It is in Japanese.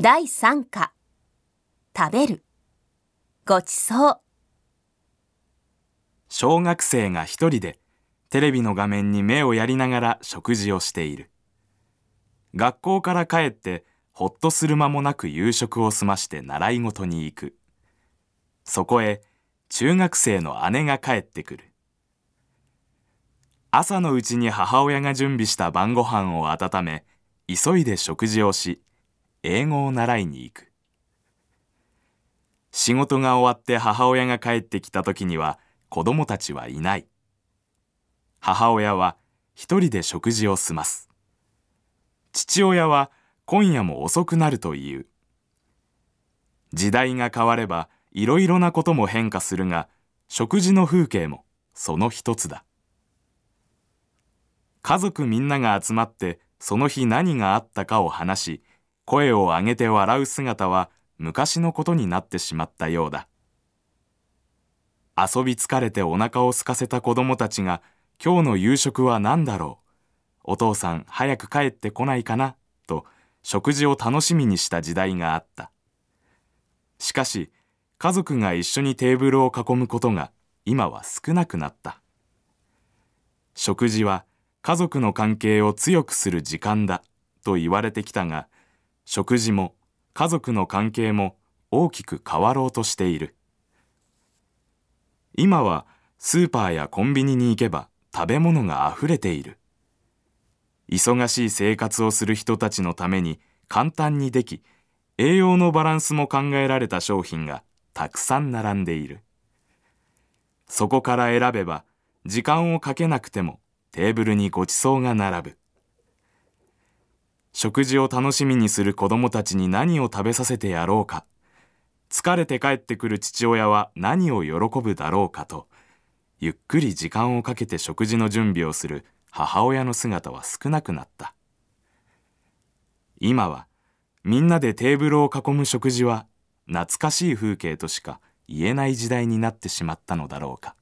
第3課、食べる、ごちそう。 小学生が一人でテレビの画面に目をやりながら食事をしている。学校から帰ってほっとする間もなく夕食を済まして習い事に行く。そこへ中学生の姉が帰ってくる。朝のうちに母親が準備した晩ご飯を温め、急いで食事をし、英語を習いに行く。仕事が終わって母親が帰ってきた時には子供たちはいない。母親は一人で食事を済ます。父親は今夜も遅くなるという。時代が変わればいろいろなことも変化するが、食事の風景もその一つだ。家族みんなが集まってその日何があったかを話し、声を上げて笑う姿は昔のことになってしまったようだ。遊び疲れてお腹を空かせた子供たちが、今日の夕食は何だろう、お父さん早く帰ってこないかなと食事を楽しみにした時代があった。しかし家族が一緒にテーブルを囲むことが今は少なくなった。食事は家族の関係を強くする時間だと言われてきたが、食事も家族の関係も大きく変わろうとしている。今はスーパーやコンビニに行けば食べ物があふれている。忙しい生活をする人たちのために簡単にでき、栄養のバランスも考えられた商品がたくさん並んでいる。そこから選べば時間をかけなくてもテーブルにごちそうが並ぶ。食事を楽しみにする子供たちに何を食べさせてやろうか、疲れて帰ってくる父親は何を喜ぶだろうかと、ゆっくり時間をかけて食事の準備をする母親の姿は少なくなった。今はみんなでテーブルを囲む食事は懐かしい風景としか言えない時代になってしまったのだろうか。